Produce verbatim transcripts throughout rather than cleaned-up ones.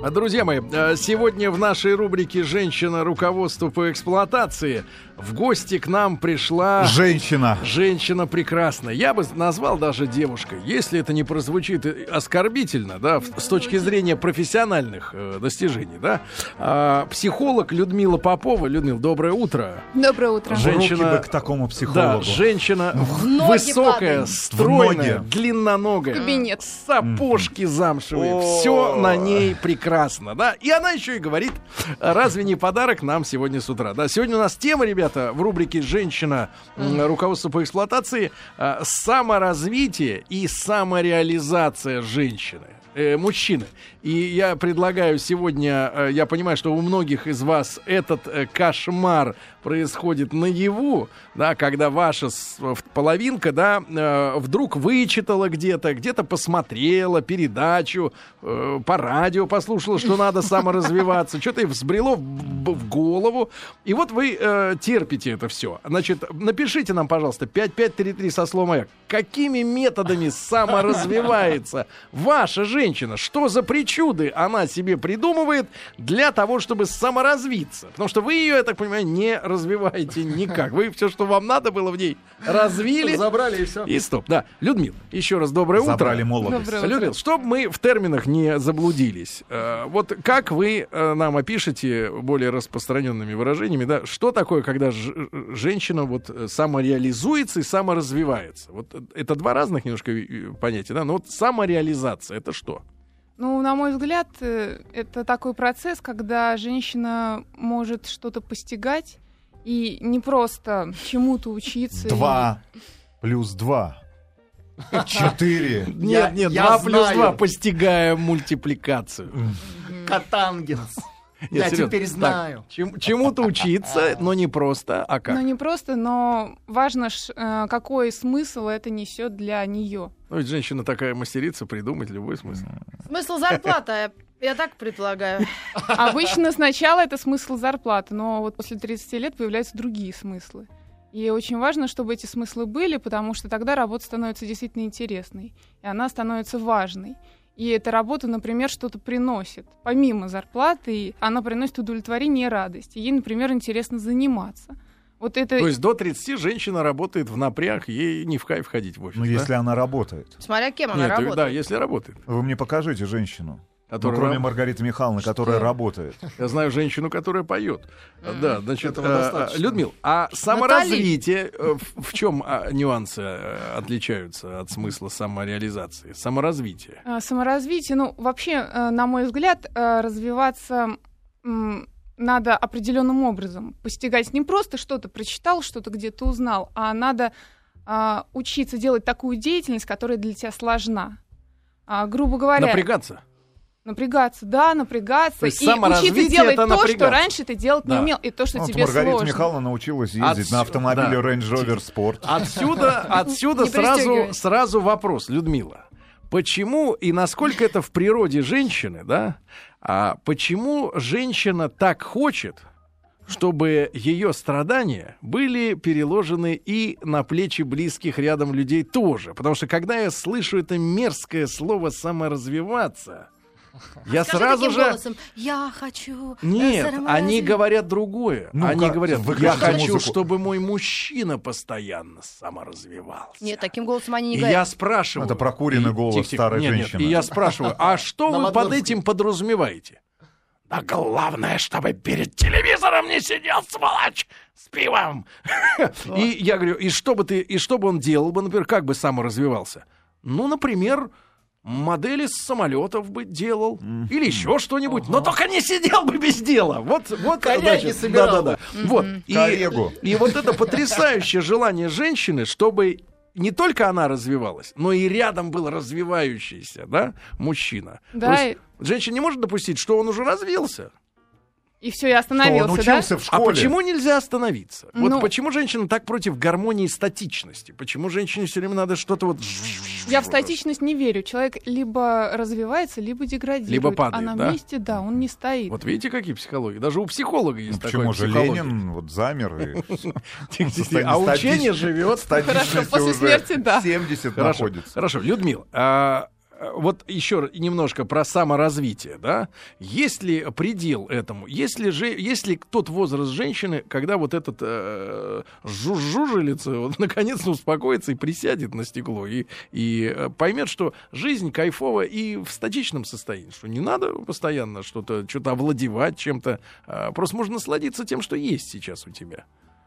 Друзья мои, сегодня в нашей рубрике «Женщина. Руководство по эксплуатации» в гости к нам пришла... Женщина. Женщина прекрасная. Я бы назвал даже девушкой, если это не прозвучит оскорбительно, да, с точки зрения профессиональных э, достижений, да. А, психолог Людмила Попова. Людмила, доброе утро. Доброе утро. Женщина... В руки бы к такому психологу. Да, женщина в высокая, стройная, ноги. длинноногая. Кабинет. Сапожки замшевые. О. Все на ней прекрасно, да. И она еще и говорит, разве не подарок нам сегодня с утра, да. Сегодня у нас тема, ребята, в рубрике «Женщина. Руководство по эксплуатации» саморазвитие и самореализация женщины. Мужчины. И я предлагаю сегодня, я понимаю, что у многих из вас этот кошмар происходит наяву, да, когда ваша половинка, да, вдруг вычитала где-то, где-то посмотрела передачу, по радио послушала, что надо саморазвиваться, что-то ей взбрело в, в голову, и вот вы э, терпите это все. Значит, напишите нам, пожалуйста, пять пять три три со словом «Маяк». Какими методами саморазвивается ваша женщина? Что за причуды она себе придумывает для того, чтобы саморазвиться? Потому что вы ее, я так понимаю, не развиваете никак. Вы все, что вам надо было в ней, развили. Забрали и все. И стоп. Да. Людмила, еще раз доброе утро. Забрали молодость. Доброе утро. Людмила, чтобы мы в терминах не заблудились, э, вот как вы э, нам опишете более распространенными выражениями, да, что такое, когда ж, женщина вот самореализуется и саморазвивается? Вот это два разных немножко понятия, да? Но вот самореализация — это что? Ну, на мой взгляд, э, это такой процесс, когда женщина может что-то постигать и не просто чему-то учиться. Два плюс два. Четыре. Нет, нет, я два плюс знаю. два, постигая мультипликацию. Катангенс. Нет, Я серьезно. теперь Так, знаю. чем- чему-то учиться, но не просто, а как? Ну, не просто, но важно, ш- э, какой смысл это несет для нее. Ну, ведь женщина такая мастерица придумать любой смысл. Смысл зарплаты, я, я так предполагаю. Обычно сначала это смысл зарплаты, но вот после тридцати лет появляются другие смыслы. И очень важно, чтобы эти смыслы были, потому что тогда работа становится действительно интересной, и она становится важной. И эта работа, например, что-то приносит. Помимо зарплаты, и она приносит удовлетворение и радость. И ей, например, интересно заниматься. Вот это... То есть до тридцати женщина работает в напряг, ей не в кайф ходить в офис. Ну, да? если она работает. Смотря кем она Нет, работает. да, если работает. Вы мне покажите женщину. Ну, Которая кроме раб- Маргариты Михайловны, которая работает. Я знаю женщину, которая поет. Да, значит, Этого э, достаточно. Людмил, а саморазвитие, э, в, в чем а, нюансы э, отличаются от смысла самореализации? Саморазвитие. А, Саморазвитие, ну, вообще, э, на мой взгляд, э, развиваться м, надо определенным образом. Постигать не просто что-то прочитал, что-то где-то узнал, а надо а, учиться делать такую деятельность, которая для тебя сложна. А, грубо говоря... Напрягаться. Напрягаться, да, напрягаться. То есть И саморазвитие учиться делать это то, напрягаться. что раньше ты делать Да. не умел, и то, что Ну, вот тебе Маргарита сложно. Михайловна научилась ездить Отсю- на автомобиле да. Range Rover Sport. Отсюда, отсюда Не сразу, пристегивай. сразу вопрос, Людмила. Почему и насколько это в природе женщины, да? А почему женщина так хочет, чтобы ее страдания были переложены и на плечи близких рядом людей тоже? Потому что когда я слышу это мерзкое слово «саморазвиваться», я Скажи сразу таким же... голосом, я хочу... э, Нет, саморазвиваться». они говорят другое. Ну-ка, они говорят, я выключите хочу, музыку. чтобы мой мужчина постоянно саморазвивался. Нет, таким голосом они не И говорят. я спрашиваю... Это прокуренный и- голос тихо-тихо, старой нет, нет, женщины. И я спрашиваю, а что На вы под Мадонской. этим подразумеваете? Да главное, чтобы перед телевизором не сидел сволочь с пивом. И я говорю, и что бы ты, и что бы он делал бы, например, как бы саморазвивался? Ну, например... модели с самолетов бы делал, mm-hmm. или еще что-нибудь, uh-huh. но только не сидел бы без дела. Вот, вот, Коньяки собирал да, да, да. Mm-hmm. Вот. И, Коллегу. и вот это потрясающее желание женщины, чтобы не только она развивалась, но и рядом был развивающийся, да, мужчина. Да, То есть женщина не может допустить, что он уже развился. И все, я остановился, Что он да? учился в А школе. почему нельзя остановиться? Вот Ну- почему женщина так против гармонии и статичности? Почему женщине все время надо что-то вот... Я в статичность не верю. Человек либо развивается, либо деградирует. Либо падает, а на да? месте, да, он не стоит. Вот видите, какие психологии? Даже у психолога есть Ну, такая почему же психология. Ленин вот замер и Тихо, в тихо, состоянии а учение статич- живет. статичности Хорошо, после уже смерти, да. семьдесят Хорошо, находится. хорошо. Людмила, а, вот еще немножко про саморазвитие, да? Есть ли предел этому? Есть ли, же, есть ли тот возраст женщины, когда вот этот э, жужжужелица вот, наконец-то успокоится и присядет на стекло и, и поймет, что жизнь кайфова и в статичном состоянии, что не надо постоянно что-то, что-то овладевать чем-то, а просто можно насладиться тем, что есть сейчас у тебя.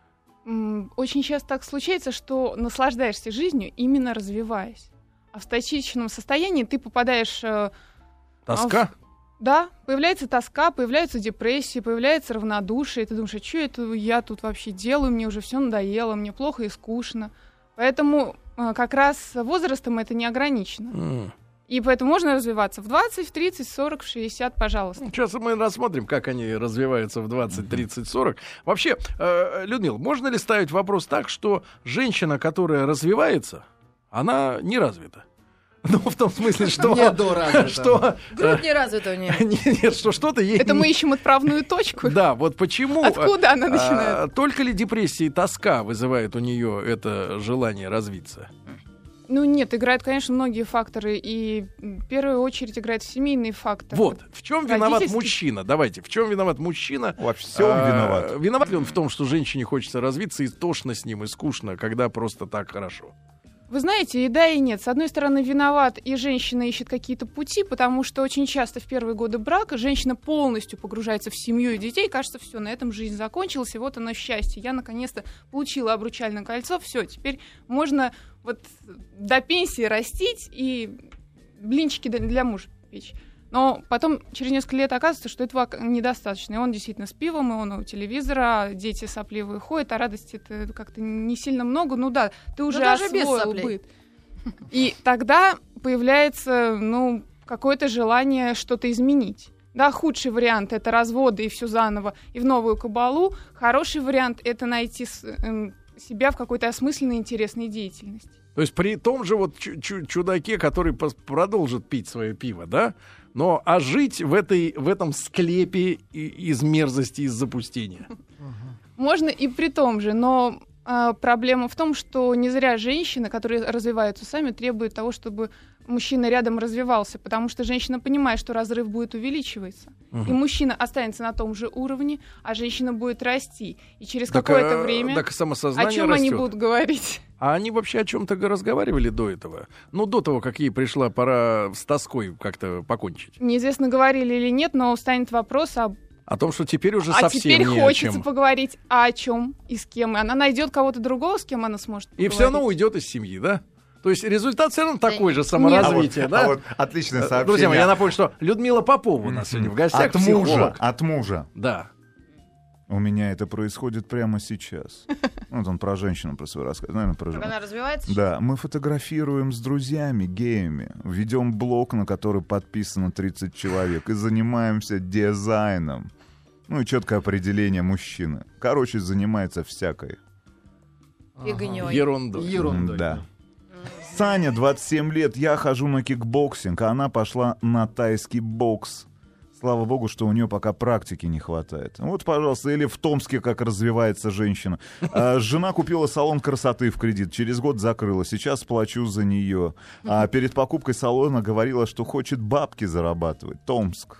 Очень часто так случается, что наслаждаешься жизнью, именно развиваясь. А в статичном состоянии ты попадаешь... Э, Тоска? В... Да, появляется тоска, появляются депрессии, появляется равнодушие. И ты думаешь, а что это я тут вообще делаю? Мне уже все надоело, мне плохо и скучно. Поэтому э, как раз возрастом это не ограничено. Mm. И поэтому можно развиваться в двадцать, в тридцать, в сорок, в шестьдесят, пожалуйста. Сейчас мы рассмотрим, как они развиваются в двадцать, тридцать, сорок. Вообще, э, Людмила, можно ли ставить вопрос так, что женщина, которая развивается, она не развита? Ну, в том смысле, что... что Грудь не развита у нее. Нет, нет, что что-то ей... Это мы ищем отправную точку? Да, вот почему... Откуда она начинает? Только ли депрессия и тоска вызывает у нее это желание развиться? Ну нет, играют, конечно, многие факторы, и в первую очередь играет семейный фактор. Вот, в чем виноват мужчина? Давайте, в чем виноват мужчина? Во всем а, виноват. Виноват ли он в том, что женщине хочется развиться и тошно с ним, и скучно, когда просто так хорошо? Вы знаете, и да, и нет. С одной стороны, виноват, и женщина ищет какие-то пути, потому что очень часто в первые годы брака женщина полностью погружается в семью и детей, кажется, все, на этом жизнь закончилась, и вот оно счастье. Я наконец-то получила обручальное кольцо, все, теперь можно вот до пенсии растить и блинчики для мужа печь. Но потом через несколько лет оказывается, что этого недостаточно. И он действительно с пивом, и он у телевизора, дети сопливые ходят, а радости это как-то не сильно много. Ну да, ты уже даже освоил быт. И тогда появляется, ну, какое-то желание что-то изменить. Да, худший вариант — это разводы и все заново, и в новую кабалу. Хороший вариант — это найти с, э, себя в какой-то осмысленной, интересной деятельности. То есть при том же вот чудаке, который продолжит пить свое пиво, да? Но а жить в, этой, в этом склепе из мерзости, из запустения? Можно и при том же, но а, проблема в том, что не зря женщины, которые развиваются сами, требуют того, чтобы мужчина рядом развивался, потому что женщина понимает, что разрыв будет увеличиваться. Угу. И мужчина останется на том же уровне, а женщина будет расти. И через так, какое-то а, время... Так самосознание о чем растет. они будут говорить? А они вообще о чем-то разговаривали до этого? Ну, до того, как ей пришла пора с тоской как-то покончить. Неизвестно, говорили или нет, но встанет вопрос об... О том, что теперь уже а совсем теперь не хочется о чем. поговорить, а о чем и с кем. И она найдет кого-то другого, с кем она сможет поговорить. И все равно уйдет из семьи, да? То есть результат все равно такой же, саморазвитие, Нет. да? А вот, а вот отличное сообщение. Друзья мои, я напомню, что Людмила Попова у нас mm-hmm. сегодня в гостях. От мужа, психолог. от мужа. Да. У меня это происходит прямо сейчас. Вот он про женщину про свой рассказ. Наверное, про женщину. Она развивается? Да, мы фотографируем с друзьями, геями, ведем блог, на который подписано тридцать человек, и занимаемся дизайном. Ну и четкое определение мужчины. Короче, занимается всякой. Фигнёй. Ага. Ерундой. Ерундой. Да. Саня, двадцать семь лет, я хожу на кикбоксинг, а она пошла на тайский бокс. Слава богу, что у нее пока практики не хватает. Вот, пожалуйста, или в Томске как развивается женщина. А, жена купила салон красоты в кредит, через год закрыла, сейчас плачу за нее. А перед покупкой салона говорила, что хочет бабки зарабатывать. Томск.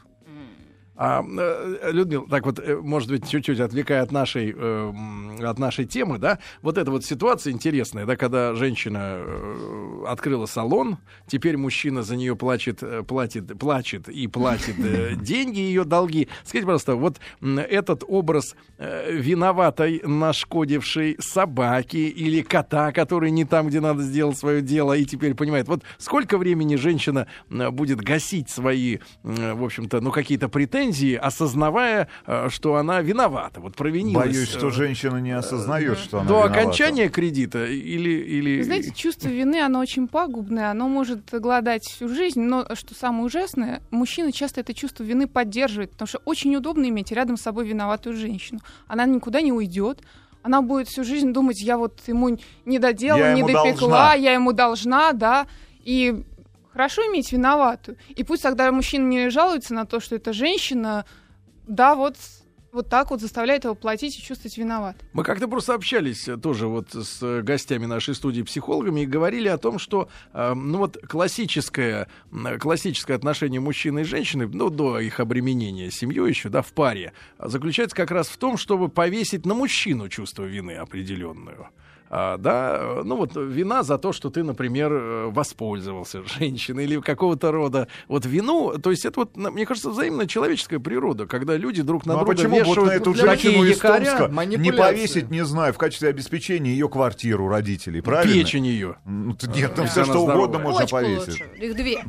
А, Людмила, так вот, может быть, чуть-чуть отвлекая от нашей, э, от нашей темы, да, вот эта вот ситуация интересная, да, когда женщина э, открыла салон, теперь мужчина за нее плачет, платит, плачет и платит э, деньги, ее долги. Скажите, пожалуйста, вот этот образ э, виноватой, нашкодившей собаки или кота, который не там, где надо, сделал свое дело и теперь понимает, вот сколько времени женщина будет гасить свои, э, в общем-то, ну, какие-то претензии, осознавая, что она виновата, вот провинилась. Боюсь, что женщина не осознает, что она до виновата. окончания кредита или, или... Вы знаете, чувство вины, оно очень пагубное, оно может голодать всю жизнь, но, что самое ужасное, мужчина часто это чувство вины поддерживает, потому что очень удобно иметь рядом с собой виноватую женщину. Она никуда не уйдет, она будет всю жизнь думать, я вот ему не доделала, я не допекла, должна. я ему должна, да, и... Хорошо иметь виноватую. И пусть тогда мужчина не жалуется на то, что эта женщина, да, вот вот так вот заставляет его платить и чувствовать виноват. Мы как-то просто общались э, тоже вот с гостями нашей студии, психологами, и говорили о том, что э, ну вот классическое, э, классическое отношение мужчины и женщины, ну, до их обременения семьей еще, да, в паре, заключается как раз в том, чтобы повесить на мужчину чувство вины определенную. А, да, ну вот вина за то, что ты, например, воспользовался женщиной или какого-то рода вот вину, то есть это вот, мне кажется, взаимная человеческая природа, когда люди друг на Ну, а друга почему вешают вот на эту такие женщину из якоря, Томска не манипуляции. повесить, не знаю, в качестве обеспечения ее квартиру родителей, правильно? печень ее. Ну, т- нет, там Да. все Она что угодно здоровая. можно Почку повесить. лучше. Их две.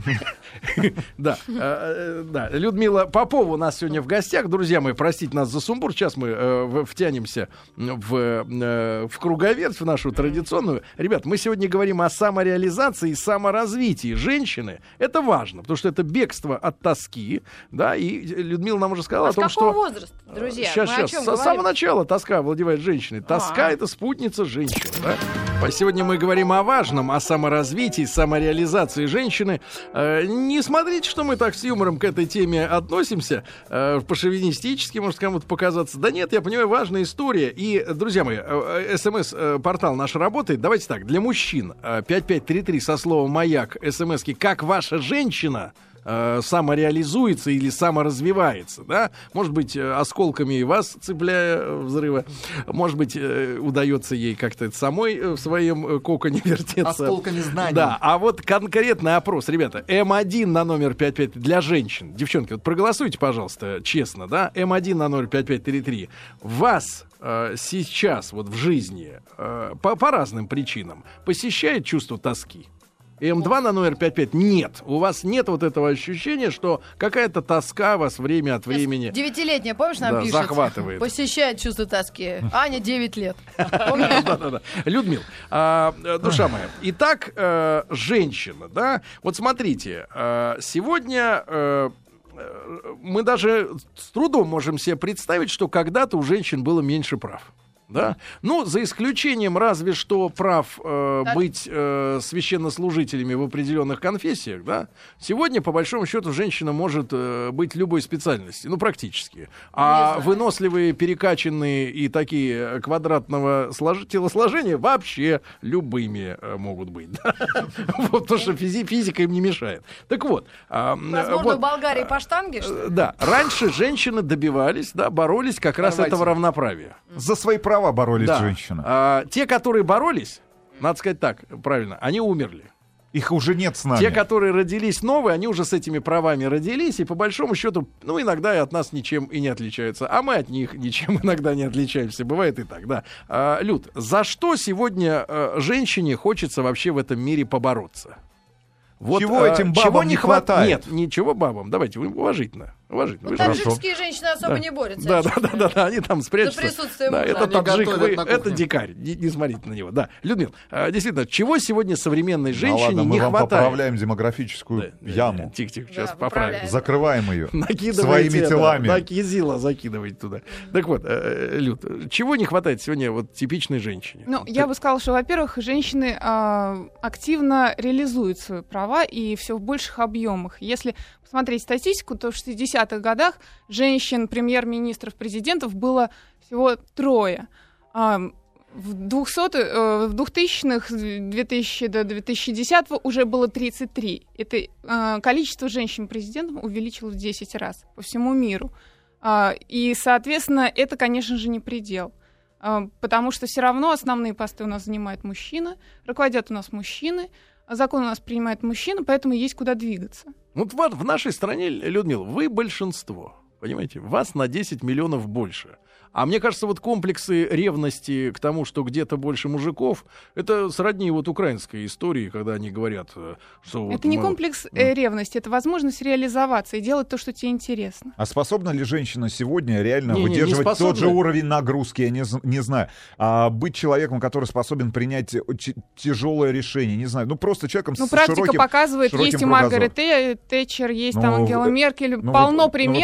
Да, э, э, да, Людмила Попова у нас сегодня в гостях. Друзья мои, простите нас за сумбур. Сейчас мы э, в- втянемся в, э, в круговерть, в нашу традиционную. Ребят, мы сегодня говорим о самореализации и саморазвитии женщины. Это важно, потому что это бегство от тоски. Да, и Людмила нам уже сказала А о с том, какого что... возраста, друзья? Сейчас, Мы о сейчас. чем С говорим? самого начала тоска овладевает женщиной. Тоска А. — это спутница женщины. Да? А сегодня мы говорим о важном, о саморазвитии, самореализации женщины. Э, не смотрите, что мы так с юмором к этой теме относимся. Э, по-шовинистически, может кому-то показаться. Да нет, я понимаю, важная история. И, друзья мои, э, смс-портал наш работает. Давайте так, для мужчин э, пять пять три три со словом «Маяк» смс-ки «Как ваша женщина самореализуется или саморазвивается, да? Может быть, э, осколками и вас цепляя э, взрыва, может быть, э, удается ей как-то самой э, в своем э, коконе вертеться. Осколками знаний. Да, а вот конкретный опрос, ребята, эм один на номер пять пять для женщин. Девчонки, вот проголосуйте, пожалуйста, честно, да? эм один на номер пять пять три три. Вас э, сейчас вот в жизни э, по, по разным причинам посещает чувство тоски? эм два на номер пять пять нет. У вас нет вот этого ощущения, что какая-то тоска вас время от времени Девятилетняя, помнишь, нам Да, пишет? захватывает. Посещает чувство тоски. Аня девять лет. Помнишь? Да-да-да. Людмил, а, э, душа моя. Итак, э, женщина, да? Вот смотрите, э, сегодня э, э, мы даже с трудом можем себе представить, что когда-то у женщин было меньше прав. Да? Ну, за исключением разве что прав э, быть э, священнослужителями в определенных конфессиях, да? Сегодня, по большому счету, женщина может э, быть любой специальности, ну, практически. А выносливые, перекачанные и такие квадратного слож... телосложения вообще любыми э, могут быть. Да? Вот, потому что физи- физика им не мешает. Так вот. э, Возможно, вот, в Болгарии по штанге, что ли? э, Да, раньше женщины добивались, да, боролись как раз Давайте. этого равноправия. За свои права боролись Да. женщины. А, те, которые боролись, надо сказать так, правильно, они умерли. Их уже нет с нами. Те, которые родились новые, они уже с этими правами родились, и по большому счету, ну, иногда и от нас ничем и не отличаются. А мы от них ничем иногда не отличаемся. Бывает и так, да. А, Люд, за что сегодня а, женщине хочется вообще в этом мире побороться? Вот, Чего а, этим чего бабам не хват- хватает? Нет, ничего бабам. Давайте, вы уважительно. уважительно. Вы Ну, же- таджикские женщины особо Да. не борются. Да, я да, да, чувствую. да, да, они там спрячутся. За присутствие Да, мужа. это Они таджик, готовят вы- на это кухне. дикарь. Не, не смотрите на него. Да, Людмил, а, действительно, чего сегодня современной Ну женщине ладно, мы не вам хватает? поправляем демографическую Да, да, яму. Тихо-тихо, Да, сейчас поправляем. поправим. Закрываем ее Накидывайте своими это, телами. Да, кизила закидывайте туда. Так вот, э, Люд, чего не хватает сегодня вот типичной женщине? Ну, я бы сказала, что, во-первых, женщины а, активно реализуют свои права и все в больших объемах. Если посмотреть статистику, то в шестидесятых годах женщин, премьер-министров, президентов было всего трое. А, в двухсотых, э, в двухтысячных, с две тысячи до две тысячи десятого уже было тридцать три. Это э, количество женщин-президентов увеличилось в десять раз по всему миру. А, и, соответственно, это, конечно же, не предел. А, потому что все равно основные посты у нас занимают мужчины, руководят у нас мужчины, а закон у нас принимает мужчина, поэтому есть куда двигаться. Вот в, в нашей стране, Людмила, вы большинство. Понимаете, вас на десять миллионов больше. А мне кажется, вот комплексы ревности к тому, что где-то больше мужиков, это сродни вот украинской истории, когда они говорят, что... Это вот не мы- комплекс э, ревности, это возможность реализоваться и делать то, что тебе интересно. А способна ли женщина сегодня реально Не-не, не выдерживать тот способна. же уровень нагрузки, я не, з- не знаю, а быть человеком, который способен принять ч- тяжелое решение, не знаю, ну просто человеком Ну, с практика широким... показывает, широким есть и Маргарет кругозором. Тэ- Тэтчер, есть Ну, там Ангела э, Меркель, ну, полно вы- ну, вы примеров, понимаете, когда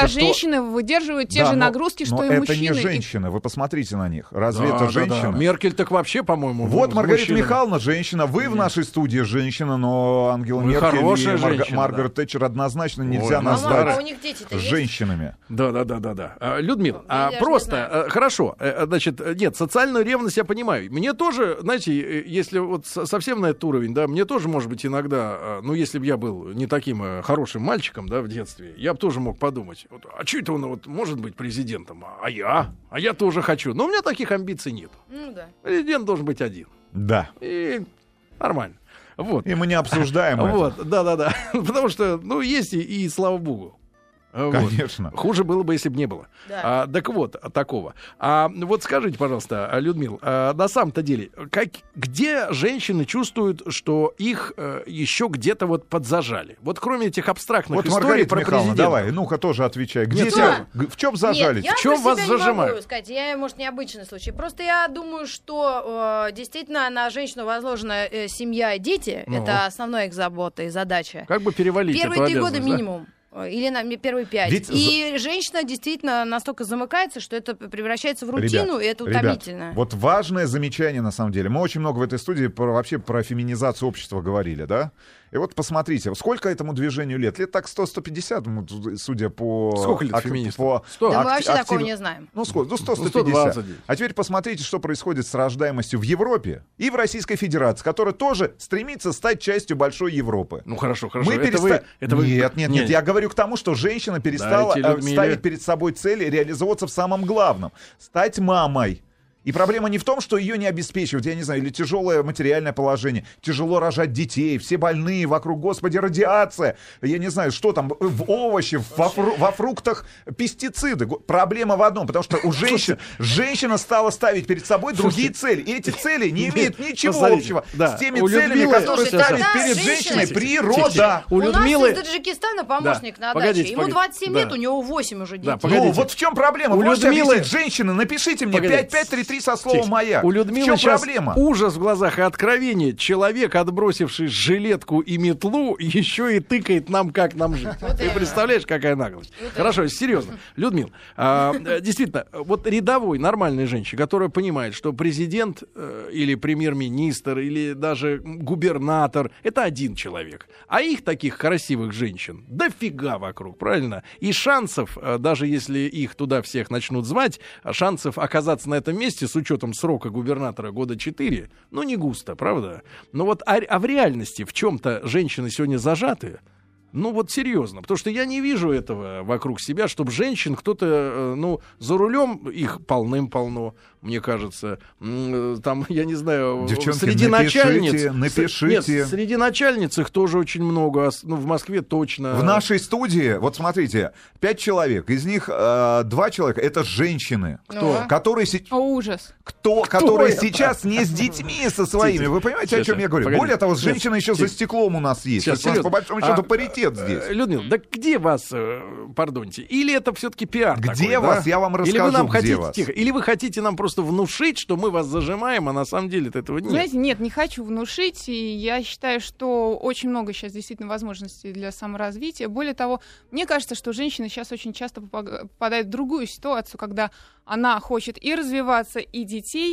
что- женщины выдерживают те Да, же но- нагрузки, что но и это мужчины. не И- женщины, вы посмотрите на них. Разве Да, это да, женщина? да. Меркель так вообще, по-моему, Вот с Маргарита мужчинами. Михайловна женщина, вы в нашей студии женщина, но Ангела Вы Меркель и хорошая Марга- женщина, Маргарет Тэтчер однозначно нельзя Ой, А мама, назвать а у них дети-то есть? женщинами. Да, да, да, да, да. А, Людмила, а, я же не просто, знаю. а, хорошо, э, значит, э, нет, социальную ревность я понимаю. Мне тоже, знаете, э, если вот со- совсем на этот уровень, да, мне тоже, может быть, иногда, а, ну, если бы я был не таким э, хорошим мальчиком, да, в детстве, я бы тоже мог подумать, вот, а что это он вот может быть президентом, а я? А я тоже хочу. Но у меня таких амбиций нет. Ну да. Президент должен быть один. Да. И нормально. Вот. И мы не обсуждаем это. Вот, да-да-да. Потому что, ну, есть и, и слава богу. Вот. Конечно. Хуже было бы, если бы не было. Да. А, так вот, такого. А, вот скажите, пожалуйста, Людмил, а, на самом-то деле, как, где женщины чувствуют, что их э, еще где-то вот подзажали? Вот кроме этих абстрактных Вот, историй Маргарита про Михайловна, президента. давай, ну-ка тоже отвечай. Где Нет, тебя- г- в чем зажались? Нет, я В чем про вас себя не зажимают? могу сказать. Я, может, необычный случай. Просто я думаю, что э, действительно на женщину возложена э, семья и дети. Ну. Это основная их забота и задача. Как бы перевалить Первые эту три года обязанность, да? минимум. э, Или на ми- первые пять. Ведь И женщина действительно настолько замыкается, что это превращается в Ребят, рутину, и это ребят, утомительно. вот важное замечание на самом деле. Мы очень много в этой студии про, вообще про феминизацию общества говорили, да? И вот посмотрите, сколько этому движению лет? Лет так сто - сто пятьдесят, ну, судя по... Сколько лет ак- феминистам? по Сто? Да ак- мы вообще такого актив- не знаем. Ну, сколько? Ну, сто - Ну, сто сто пятьдесят. двадцать. А теперь посмотрите, что происходит с рождаемостью в Европе и в Российской Федерации, которая тоже стремится стать частью большой Европы. Ну, хорошо, хорошо. Мы это переста- вы, это вы- Нет, нет, нет, Не, я говорю к тому, что женщина перестала Дайте э, Людмиле. ставить перед собой цели реализовываться в самом главном — стать мамой. И проблема не в том, что ее не обеспечивают, я не знаю, или тяжелое материальное положение, тяжело рожать детей, все больные вокруг, господи, радиация, я не знаю, что там, в овощи, во, фру- во фруктах пестициды. Го- Проблема в одном, потому что у женщин, женщина стала ставить перед собой другие цели, и эти цели не имеют ничего Посмотрите, общего да, с теми у целями, Людмилы- которые Слушайте, ставит тогда перед женщина- женщиной Тихо, природа. У У Людмилы... нас из Таджикистана помощник Да. на Погодите, даче. Ему погоди- двадцать семь да. лет, у него восемь уже детей. Да, погодите. Ну, вот в чем проблема? У Вы можете Людмилы- объяснить? Женщины, напишите мне Погоди. пять пять три три со словом Тихо. «моя». У В Людмилы чем сейчас проблема? ужас в глазах и откровение. Человек, отбросивший жилетку и метлу, еще и тыкает нам, как нам жить. Ты именно. представляешь, какая наглость? Хорошо, серьезно. Людмил, а, э, действительно, вот рядовой, нормальной женщине, которая понимает, что президент э, или премьер-министр, или даже губернатор — это один человек. А их, таких красивых женщин, дофига вокруг, правильно? И шансов, э, даже если их туда всех начнут звать, шансов оказаться на этом месте с учетом срока губернатора года четыре, ну, не густо, правда? Но вот, а, а в реальности в чем-то женщины сегодня зажаты? Ну, вот серьезно, потому что я не вижу этого вокруг себя, чтобы женщин кто-то, э, ну, за рулем их полным-полно, мне кажется. М, э, Там, я не знаю, Девчонки, среди напишите, начальниц... напишите. с- Нет, среди начальниц их тоже очень много, ос- ну, в Москве точно. В нашей студии, вот смотрите, пять человек, из них э, два человека — это женщины, Кто? которые, се- О, ужас. кто, которые это? сейчас не с детьми со своими. Тихо. Вы понимаете, о Сейчас, чем я говорю? погоди. Более того, Сейчас, женщина еще за тихо. стеклом у нас есть. Сейчас, То есть у нас, по серьезно. большому счету, А, паритет э, здесь. Людмила, да где вас, э, пардоньте, или это все-таки пиар Где такой, вас? да? Я вам Или вы расскажу, нам где хотите, вас. тихо, или вы хотите нам просто внушить, что мы вас зажимаем, а на самом деле этого нет. Знаете, нет, не хочу внушить, и я считаю, что очень много сейчас действительно возможностей для саморазвития. Более того, мне кажется, что женщина сейчас очень часто попа- попадает в другую ситуацию, когда она хочет и развиваться, и детей,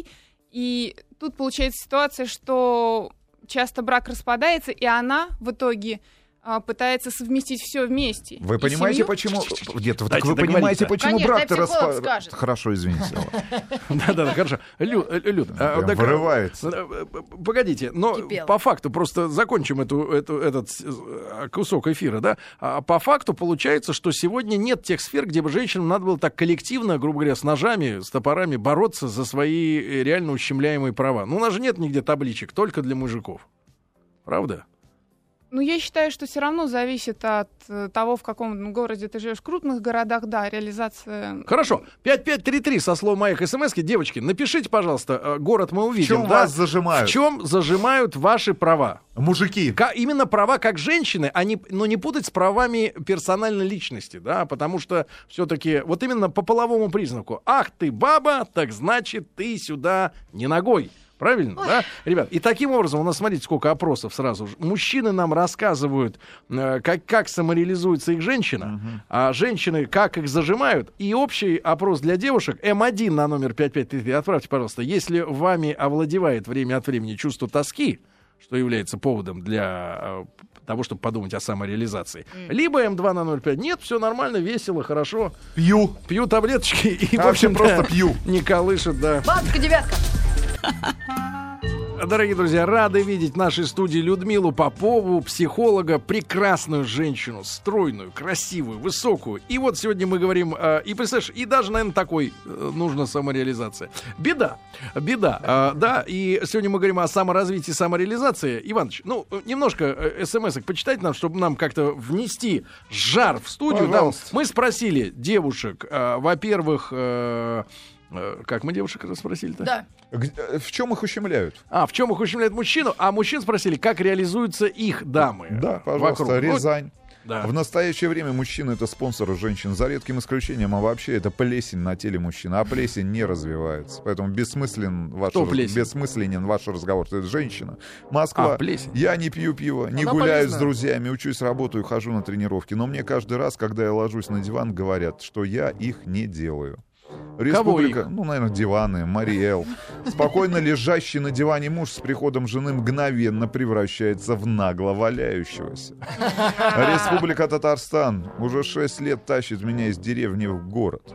и тут получается ситуация, что часто брак распадается, и она в итоге а, пытается совместить все вместе. Вы И понимаете, семью. почему... Нет, вот так Дайте вы понимаете, договориться. почему Конечно, брак-то и психолог распа- скажет. Хорошо, извините. Да-да-да, хорошо. Лю, э, Люд, а, Прям так, вырывается. э, э, погодите, но Кипело. по факту, просто закончим эту, эту, этот э, кусок эфира, да? А по факту получается, что сегодня нет тех сфер, где бы женщинам надо было так коллективно, грубо говоря, с ножами, с топорами бороться за свои э, реально ущемляемые права. Ну, у нас же нет нигде табличек, только для мужиков. Правда? Ну, я считаю, что все равно зависит от э, того, в каком городе ты живешь. В крупных городах, да, реализация... Хорошо. пять пять три три со словом моих смс-ки. Девочки, напишите, пожалуйста, э, город мы В увидим. чем да? вас зажимают? В чем зажимают ваши права? Мужики. Ка- именно права как женщины, а не, но не путать с правами персональной личности, да, потому что все-таки вот именно по половому признаку. Ах, ты баба, так значит ты сюда не ногой. Правильно, Ой. да? Ребят, и таким образом, у нас, смотрите, сколько опросов сразу же. Мужчины нам рассказывают, э, как, как самореализуется их женщина, угу. а женщины, как их зажимают. И общий опрос для девушек эм один на номер пять пять три три. Отправьте, пожалуйста. Если вами овладевает время от времени чувство тоски, что является поводом для э, того, чтобы подумать о самореализации. Mm. Либо эм два на ноль пять. Нет, все нормально, весело, хорошо. Пью. Пью таблеточки и, а в общем, просто пью. Не колышет, да. Бабушка, девятка. Дорогие друзья, рады видеть в нашей студии Людмилу Попову, психолога, прекрасную женщину, стройную, красивую, высокую. И вот сегодня мы говорим, э, и представляешь, и даже, наверное, такой э, нужна самореализация. Беда, беда, э, да, и сегодня мы говорим о саморазвитии, самореализации. Иваныч, ну, немножко э, смс-ок почитайте нам, чтобы нам как-то внести жар в студию. Да, мы спросили девушек, э, во-первых... Э, Как мы девушек спросили-то? Да. В чем их ущемляют? А, в чем их ущемляют мужчину? А мужчин спросили, как реализуются их дамы. Да, пожалуйста, вокруг. Рязань. Да. В настоящее время мужчины — это спонсоры женщин, за редким исключением, а вообще это плесень на теле мужчины, а плесень не развивается. Поэтому бессмыслен ваш, раз... бессмысленен ваш разговор. Это женщина. Москва. А, я не пью пиво, не Она гуляю полезна. С друзьями, учусь, работаю, хожу на тренировки. Но мне каждый раз, когда я ложусь на диван, говорят, что я их не делаю. Республика, ну, наверное, диваны, Мариэл. Спокойно лежащий на диване муж с приходом жены мгновенно превращается в нагло валяющегося. Республика Татарстан уже шесть лет тащит меня из деревни в город.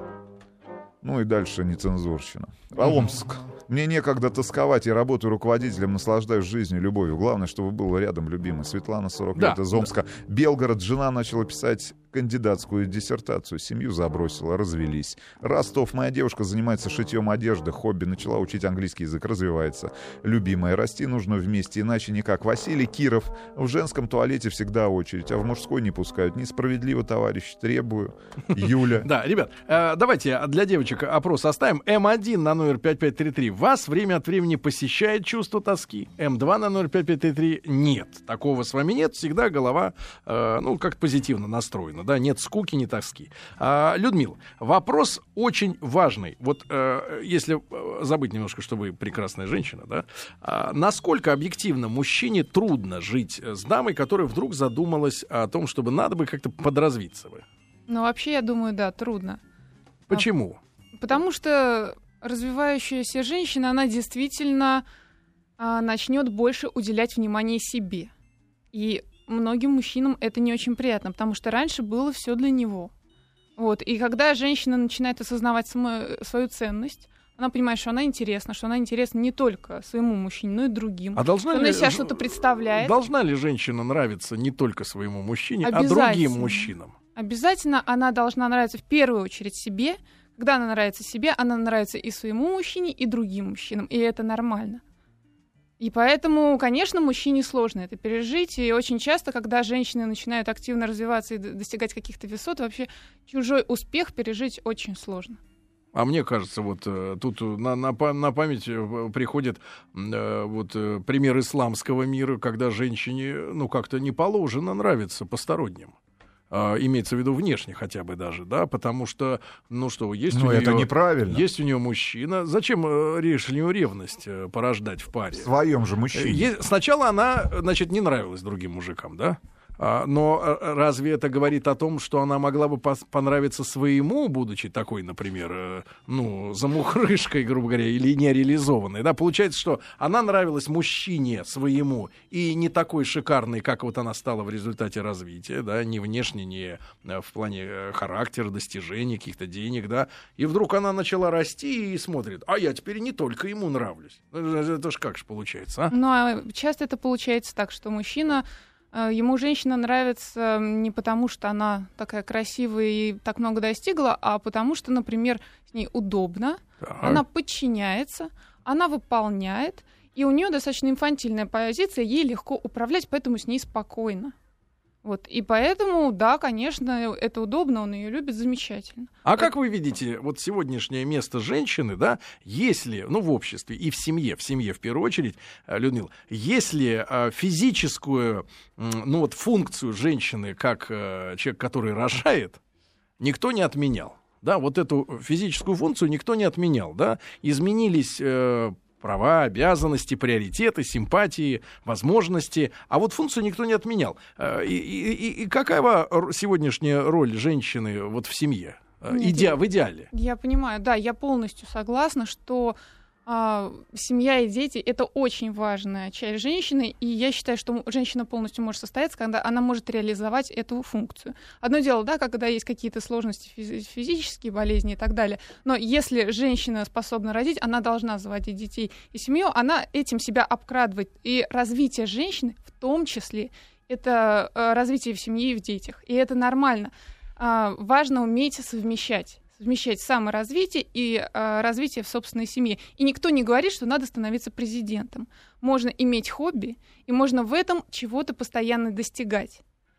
Ну и дальше нецензурщина. А Омск. Мне некогда тосковать, я работаю руководителем, наслаждаюсь жизнью, любовью. Главное, чтобы был рядом любимый. Светлана, сорок да, лет, из Омска. Да. Белгород. Жена начала писать кандидатскую диссертацию. Семью забросила, развелись. Ростов. Моя девушка занимается шитьем одежды, хобби. Начала учить английский язык, развивается. Любимая. Расти нужно вместе, иначе никак. Василий, Киров. В женском туалете всегда очередь, а в мужской не пускают. Несправедливо, товарищ. Требую. Юля. Да, ребят, давайте для девочек опрос оставим. эм один на номер пять пять три три. Вас время от времени посещает чувство тоски. эм два на номер пять пять три три. Нет. Такого с вами нет. Всегда голова, э, ну, как позитивно настроена. Да, нет скуки, не тоски. А, Людмила, вопрос очень важный. Вот э, если забыть немножко, что вы прекрасная женщина, да, а, насколько объективно мужчине трудно жить с дамой, которая вдруг задумалась о том, чтобы надо бы как-то подразвиться бы? Ну, вообще, я думаю, да, трудно. Почему? А, потому что развивающаяся женщина, она действительно а, начнет больше уделять внимание себе. И многим мужчинам это не очень приятно, потому что раньше было все для него. Вот. И когда женщина начинает осознавать саму, свою ценность, она понимает, что она интересна, что она интересна не только своему мужчине, но и другим. А должна она ли, из себя что-то представляет. Должна ли женщина нравиться не только своему мужчине, а другим мужчинам? Обязательно она должна нравиться в первую очередь себе. Когда она нравится себе, она нравится и своему мужчине, и другим мужчинам. И это нормально. И поэтому, конечно, мужчине сложно это пережить. И очень часто, когда женщины начинают активно развиваться и достигать каких-то высот, вообще чужой успех пережить очень сложно. А мне кажется, вот тут на, на, на память приходит э, вот, пример исламского мира, когда женщине, ну, как-то не положено нравиться посторонним. Uh, имеется в виду внешне хотя бы даже, да, потому что, ну что, есть Но у нее... это неправильно. Есть у нее мужчина. Зачем uh, лишнюю ревность uh, порождать в паре? В своем же мужчине. Е- сначала она, значит, не нравилась другим мужикам, да? А, но а, разве это говорит о том, что она могла бы пос- понравиться своему, будучи такой, например, э, ну, замухрышкой, грубо говоря, или нереализованной? Да? Получается, что она нравилась мужчине своему и не такой шикарной, как вот она стала в результате развития, да, ни внешне, ни в плане характера, достижений, каких-то денег, да. И вдруг она начала расти и смотрит, а я теперь не только ему нравлюсь. Это ж как же получается, а? Ну, а часто это получается так, что мужчина... Ему женщина нравится не потому, что она такая красивая и так много достигла, а потому что, например, с ней удобно, так. Она подчиняется, она выполняет, и у нее достаточно инфантильная позиция, ей легко управлять, поэтому с ней спокойно. Вот. И поэтому, да, конечно, это удобно, он ее любит, замечательно. А как вы видите вот сегодняшнее место женщины, да, если, ну, в обществе и в семье, в семье в первую очередь, Людмила, если э, физическую, э, ну, вот функцию женщины как э, человек, который рожает, никто не отменял, да, вот эту физическую функцию никто не отменял, да, изменились... Э, Права, обязанности, приоритеты, симпатии, возможности. А вот функцию никто не отменял. И, и, и какова сегодняшняя роль женщины вот в семье? Иде... В идеале. Я понимаю, да, я полностью согласна, что а, семья и дети — это очень важная часть женщины, и я считаю, что женщина полностью может состояться, когда она может реализовать эту функцию. Одно дело, да, когда есть какие-то сложности, физи- физические болезни и так далее, но если женщина способна родить, она должна заводить детей и семью, она этим себя обкрадывает. И развитие женщины в том числе — это а, развитие в семье и в детях, и это нормально. А, важно уметь совмещать. совмещать саморазвитие и э, развитие в собственной семье. И никто не говорит, что надо становиться президентом. Можно иметь хобби, и можно в этом чего-то постоянно достигать.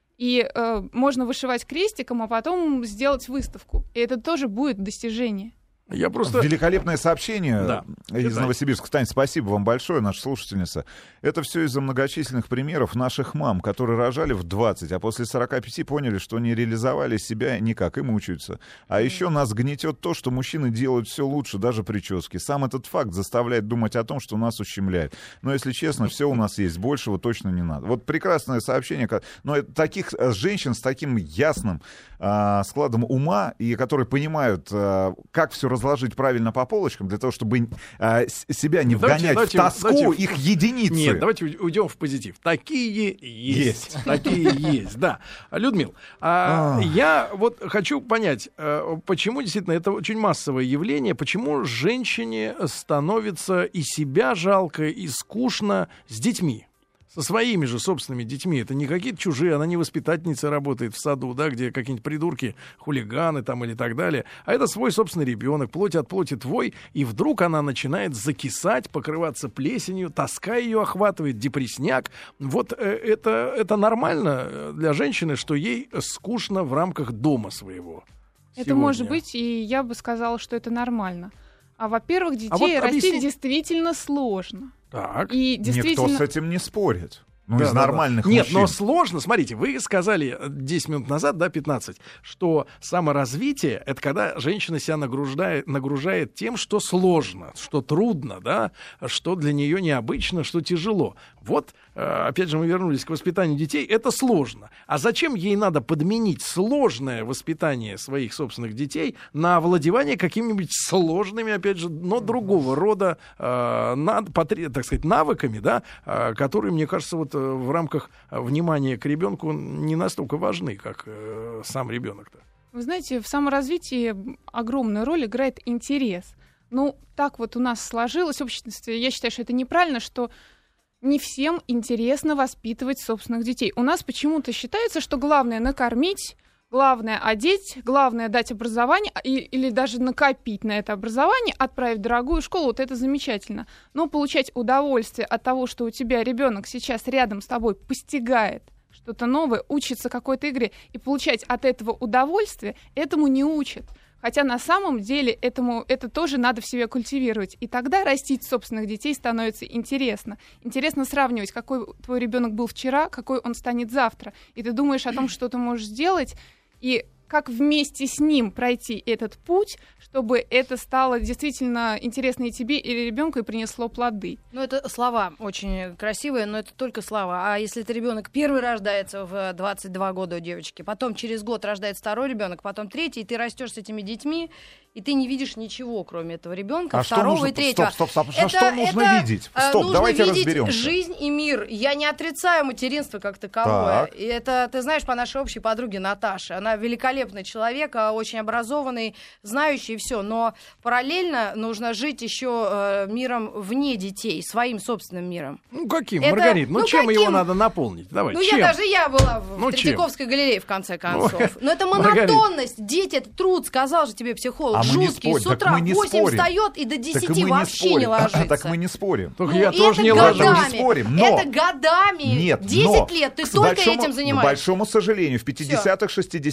И э, можно вышивать крестиком, а потом сделать выставку. И это тоже будет достижение. Я просто... Великолепное сообщение да. из Читай. Новосибирска. Тань, спасибо вам большое, наша слушательница. Это все из-за многочисленных примеров наших мам, которые рожали в двадцать, а после сорока пяти поняли, что не реализовали себя никак и мучаются. А еще нас гнетет то, что мужчины делают все лучше, даже прически. Сам этот факт заставляет думать о том, что нас ущемляют. Но, если честно, все у нас есть, большего точно не надо. Вот прекрасное сообщение. Но таких женщин с таким ясным а, складом ума, и которые понимают, а, как все разложить правильно по полочкам, для того, чтобы а, себя не давайте, вгонять давайте, в тоску, давайте, их единицы. Нет, давайте уйдем в позитив. Такие есть. Есть. Такие есть, да. Людмил, а, я вот хочу понять, почему действительно это очень массовое явление, почему женщине становится и себя жалко, и скучно с детьми? Со своими же собственными детьми. Это не какие-то чужие, она не воспитательница работает в саду, да, где какие-нибудь придурки, хулиганы там или так далее. А это свой собственный ребенок, плоть от плоти твой. И вдруг она начинает закисать, покрываться плесенью, тоска ее охватывает, депрессняк. Вот э, это, это нормально для женщины, что ей скучно в рамках дома своего. Это сегодня. может быть, и я бы сказала, что это нормально. А, во-первых, детей а вот растить объясни... действительно сложно. Так. И действительно... Никто с этим не спорит. Ну, да, из да, нормальных да. Нет, мужчин. но сложно. Смотрите, вы сказали десять минут назад, да, пятнадцать, что саморазвитие — это когда женщина себя нагружает, нагружает тем, что сложно, что трудно, да, что для нее необычно, что тяжело. Вот, опять же, мы вернулись к воспитанию детей. Это сложно. А зачем ей надо подменить сложное воспитание своих собственных детей на овладевание какими-нибудь сложными, опять же, но другого рода, э, над, потр... так сказать, навыками, да, э, которые, мне кажется, вот в рамках внимания к ребенку не настолько важны, как э, сам ребенок-то. Вы знаете, в саморазвитии огромную роль играет интерес. Ну, так вот у нас сложилось в обществе. Я считаю, что это неправильно, что не всем интересно воспитывать собственных детей. У нас почему-то считается, что главное накормить, главное одеть, главное дать образование и, или даже накопить на это образование, отправить в дорогую школу, вот это замечательно. Но получать удовольствие от того, что у тебя ребенок сейчас рядом с тобой постигает что-то новое, учится какой-то игре, и получать от этого удовольствие, этому не учат. Хотя на самом деле этому, это тоже надо в себе культивировать. И тогда растить собственных детей становится интересно. Интересно сравнивать, какой твой ребенок был вчера, какой он станет завтра. И ты думаешь о том, что ты можешь сделать, и как вместе с ним пройти этот путь, чтобы это стало действительно интересно и тебе, и ребенку, и принесло плоды. Ну, это слова очень красивые, но это только слова. А если это ребенок первый рождается в двадцать два года у девочки, потом через год рождается второй ребенок, потом третий, и ты растешь с этими детьми, и ты не видишь ничего, кроме этого ребенка, а второго нужно... и третьего. Стоп, стоп, стоп. Это, что нужно это, видеть? Стоп, Стоп, давайте видеть разберемся. Жизнь и мир. Я не отрицаю материнство как таковое. Так. И это, ты знаешь, по нашей общей подруге Наташе. Она великолепный человек, очень образованный, знающий все. Но параллельно нужно жить еще э, миром вне детей, своим собственным миром. Ну каким, это, Маргарит? Ну, ну чем каким? его надо наполнить? Давай, Ну чем? я даже я была в Ну, Третьяковской галерее, в конце концов. Ну, Но это Маргарита. монотонность. Дети, это труд, сказал же тебе психолог. А мы не жуткий. спорим. С Так утра мы не в восемь спорим. встает и до Так десяти мы не вообще не спорим. ложится. Так мы не спорим. Только Ну, я и тоже это не годами. ложусь. Не спорим, но... Это годами. Нет, десять но, лет ты к только большому, этим К занимаешься. большому сожалению, в пятидесятых, шестидесятых годах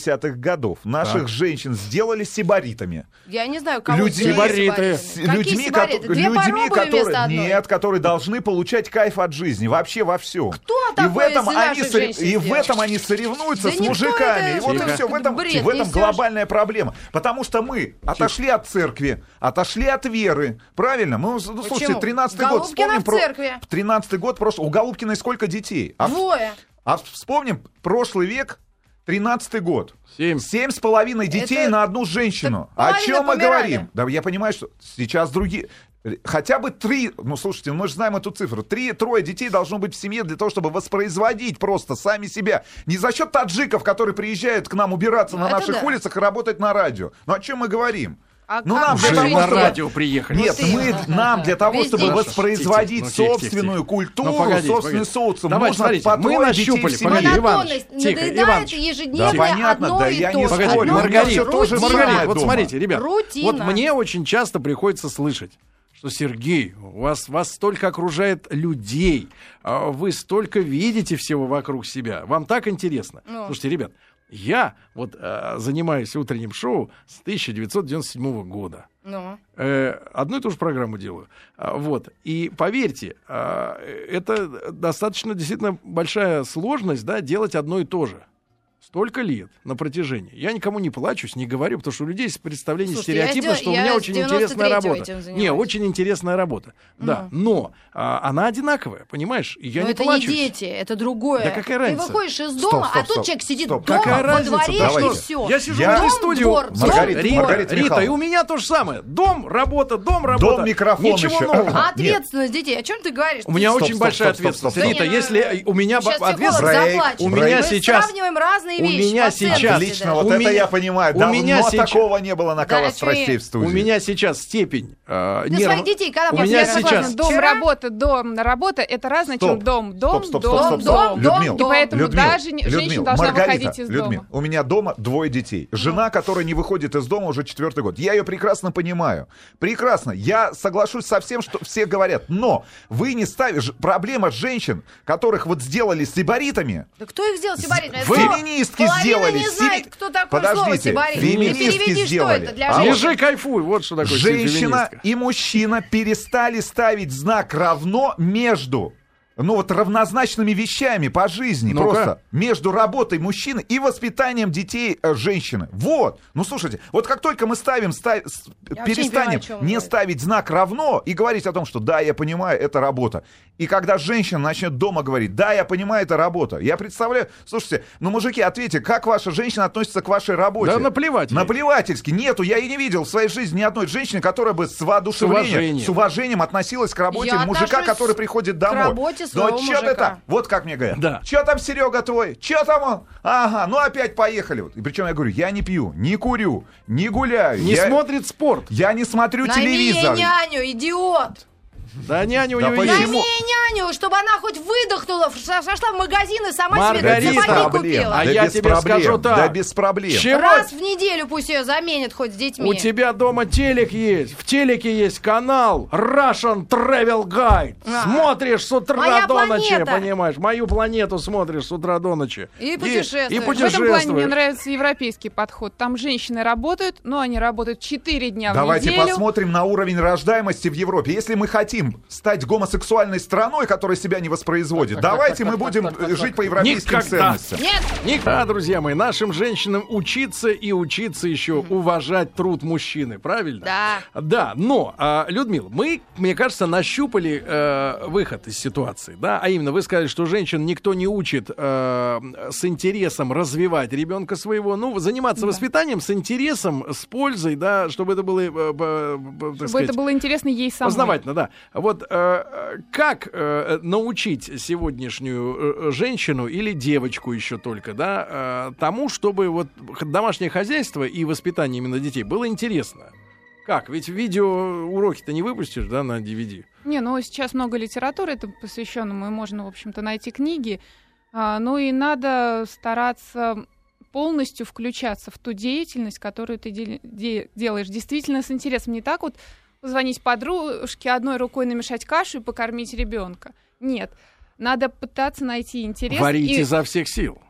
годов наших Так. женщин сделали сибаритами. Я не знаю, кого Людьми- сделали Сибариты. сибаритами. С Какие людьми, сибариты? кото- Две людьми, порубы которые, вместо одной? нет, которые должны получать кайф от жизни, вообще во всем. Кто и такое в этом из они наших сори- женщин и в сделал? этом они соревнуются Да с никто мужиками. это- И вот Тихо. и все. В этом, Бред в этом несешь. глобальная проблема. Потому что мы отошли от церкви, отошли от веры. Правильно? Мы, ну, слушайте, Почему? тринадцатый год. Голубкина Вспомним в про церкви. тринадцатый год прошлый. У Голубкиной сколько детей? А, в- Двое. а вспомним прошлый век. Тринадцатый год. Семь. Семь с половиной детей Это- на одну женщину. Так О половина чем мы помирали. говорим? Да, я понимаю, что сейчас другие... Хотя бы три, ну слушайте, мы же знаем эту цифру. Три-трое детей должно быть в семье для того, чтобы воспроизводить просто сами себя. Не за счет таджиков, которые приезжают к нам убираться Ну, на это наших да. улицах и работать на радио. Ну о чем мы говорим? А Ну, как нам же для Уже того, на чтобы- радио приехали. Нет, Вот мы, именно. нам для того, Везде. чтобы Хорошо, воспроизводить тихо, тихо, ну, тихо, собственную тихо. культуру, Ну, погодите, собственный погодите. социум, Давайте, нужно смотрите, по мы трое детей нащупали, в семье. погоди, Иваныч, Монотонность тихо, надоедает Иваныч. ежедневно Да, понятно, одно да, и я то не же. Погоди, спорю. Одно и Маргарита, то же. Маргарита, тоже Рутина. самое Маргарита, вот дома. смотрите, ребят, Рутина. вот мне очень часто приходится слышать, что, Сергей, у вас, вас столько окружает людей, а вы столько видите всего вокруг себя, вам так интересно. Ну. Слушайте, ребят, я вот э, занимаюсь утренним шоу с тысяча девятьсот девяносто седьмого года. Ну. Э, одну и ту же программу делаю. А, вот. И поверьте, а, это достаточно действительно большая сложность, да, делать одно и то же. Столько лет на протяжении. Я никому не плачусь, не говорю, потому что у людей есть представление Слушайте, я стереотипно, с что у де- меня я очень с интересная девяносто третьего работа. этим занимаюсь. Не, очень интересная работа. Да, но а, она одинаковая, понимаешь? И я Но не это плачусь. не дети, это другое. Да какая Ты разница? выходишь из Стоп, дома, стоп, а тут стоп, человек сидит стоп. дома, Какая во разница? дворе, Давайте. и все. Я сижу Я- в этой Дом, студии. двор, дом, Маргарита, двор. Маргарита Рита, Михайловна. и у меня то же самое. Дом, работа, дом, работа. Дом, микрофон Ничего еще. нового. А ответственность детей, о чем ты говоришь? У меня Стоп, очень стоп, большая стоп, стоп, стоп, ответственность. стоп. Рита, если у меня Сейчас б- психолог ответственность... Брейк, заплачет. у брейк. меня Мы сейчас... сравниваем разные у вещи. меня по ценности, сейчас- Отлично, да. вот У это меня- я понимаю. у Давно меня сейчас- такого не было накала Да, страстей чё в студии. У меня сейчас степень э, Ты нерв- своих детей когда У последний меня раз сейчас... видела? Дом, Вчера? работа, дом, работа — это разное, Стоп. чем дом. Дом, Стоп, стоп, дом, стоп, стоп, стоп. дом. дом, Людмил, И поэтому Людмил, даже не- женщина Людмил, должна Маргарита, выходить из Людмил, дома. у меня дома двое детей. Жена, которая не выходит из дома уже четвертый год. Я ее прекрасно понимаю. Прекрасно. Я соглашусь со всем, что все говорят. Но вы не ставите... Проблема женщин, которых вот сделали сибаритами... Да кто их сделал сибаритами? Вы- Феминистки Половина сделали не си- знает, кто такое слово Подождите, сибарит. феминистки Ты переведи, сделали. что это для А женщин. Лежи, кайфуй, вот что такое Женщина феминистка. и мужчина перестали ставить знак равно между, ну вот, равнозначными вещами по жизни. Ну-ка. Просто между работой мужчины и воспитанием детей э, женщины. Вот. Ну, слушайте, вот как только мы ставим, ста- с- Я вообще не перестанем понимаю, о чем вы не говорите. ставить знак равно и говорить о том, что да, я понимаю, это работа. И когда женщина начнет дома говорить, да, я понимаю, это работа. Я представляю, слушайте, ну, мужики, ответьте, как ваша женщина относится к вашей работе? Да наплевать ей. Наплевательски. Нету, я и не видел в своей жизни ни одной женщины, которая бы с воодушевлением, с уважением. уважением, относилась к работе Я мужика, отношусь который приходит домой. работе Но своего чё мужика. ты там? Вот как мне говорят. Да. Че там Серега твой? Че там он? Ага, ну опять поехали. Вот. И причем я говорю, я не пью, не курю, не гуляю. Не я, смотрит спорт. я не смотрю Найми ей телевизор. няню, идиот. Да няня у Да него почему? есть. Найми ей няню, чтобы она хоть выдохнула, ш- сошла в магазин и сама Маргарита, себе без сапоги проблем. купила. А Да я без тебе проблем. скажу так. Да без проблем. Чего? Раз в неделю пусть ее заменят хоть с детьми. У тебя дома телек есть. В телеке есть канал Russian Travel Guide. А. Смотришь с утра Моя до ночи, планета. понимаешь? Мою планету смотришь с утра до ночи. И путешествуешь. И, и В В этом плане мне путешествуешь. нравится европейский подход. Там женщины работают, но они работают четыре дня Давайте в неделю. посмотрим на уровень рождаемости в Европе. Если мы хотим стать гомосексуальной страной, которая себя не воспроизводит, давайте мы будем э, жить по европейским Никогда. ценностям. Нет, Никогда, друзья мои, нашим женщинам учиться и учиться еще уважать труд мужчины, правильно? Да. Да, но, а, Людмила, мы, мне кажется, нащупали э, выход из ситуации, да, а именно вы сказали, что женщин никто не учит э, с интересом развивать ребенка своего, ну, заниматься воспитанием с интересом, с пользой, да, чтобы это было, э, э, э, так Чтобы сказать, это было интересно ей самой. познавательно, да. Вот э, как э, научить сегодняшнюю э, женщину или девочку еще только, да, э, тому, чтобы вот домашнее хозяйство и воспитание именно детей было интересно? Как? Ведь видео уроки-то не выпустишь, да, на ди ви ди? Не, ну сейчас много литературы это посвященному, и можно, в общем-то, найти книги. А, ну и надо стараться полностью включаться в ту деятельность, которую ты де- де- делаешь действительно с интересом. Не так вот позвонить подружке, одной рукой намешать кашу и покормить ребенка. Нет. Надо пытаться найти интерес. Варить и- изо всех сил.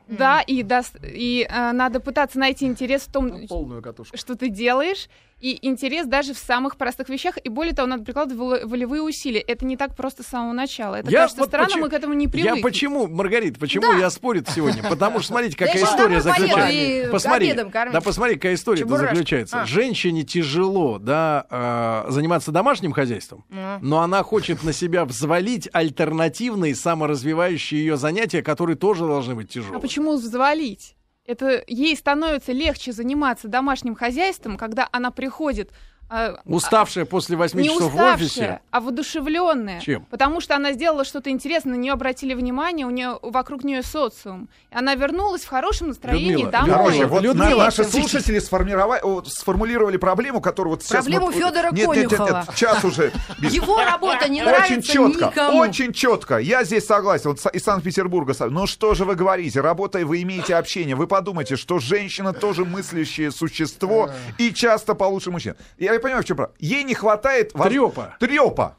Да, и, дас- и э, надо пытаться найти интерес в том, Ну, полную катушку. что ты делаешь, и интерес даже в самых простых вещах. И более того, надо прикладывать вол- волевые усилия. Это не так просто с самого начала. Это Я кажется вот странно, почему- мы к этому не привыкли. Я почему, Маргарита, почему я спорю сегодня? Потому что, смотрите, Да я какая щас история домой поеду заключается. и Посмотри, обедом кормить. да посмотри, какая история Чебурашки. заключается. А. Женщине тяжело, да, э, заниматься домашним хозяйством, Ну. но она хочет на себя взвалить альтернативные саморазвивающие ее занятия, которые тоже должны быть тяжелые. А почему взвалить? Это ей становится легче заниматься домашним хозяйством, когда она приходит э, Уставшая после восьми не часов в уставшая, офисе. а воодушевленная. Чем? Потому что она сделала что-то интересное, на нее обратили внимание, у нее вокруг нее социум. И она вернулась в хорошем настроении Людмила, домой. Людмила, Короче, вот Людмила, на- наши тихо, тихо. слушатели сформировали, о, сформулировали проблему, которую вот сейчас... Проблему мы- Фёдора нет, нет, нет, Конюхова. нет, час уже. без- Его работа не Очень нравится четко, никому. очень четко. Я здесь согласен. Вот с- из Санкт-Петербурга. со- Ну что же вы говорите? Работая, вы имеете общение. Вы подумайте, что женщина тоже мыслящее существо и часто получше мужчин. Я понимаю, в чем проблема. Ей не хватает... воз- Трёпа. Трёпа.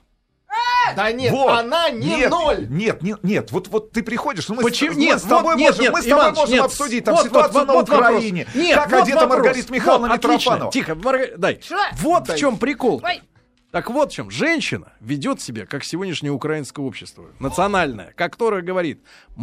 Да нет, Вот. она не нет, ноль. Нет, нет, нет. Вот, вот ты приходишь, ну мы, Почему? с, Нет, мы с тобой вот, нет, можем, нет, мы с тобой Иваныч, можем нет. обсудить там Вот, ситуацию вот, на вот Украине, вопрос. Нет, как вот одета вопрос. Маргарита Михайловна Вот, отлично. Митрофанова. Тихо, Марга- дай. Что? Вот Дай. в чем прикол. Ой. Так вот в чем. Женщина ведет себя, как сегодняшнее украинское общество, национальное, которое говорит,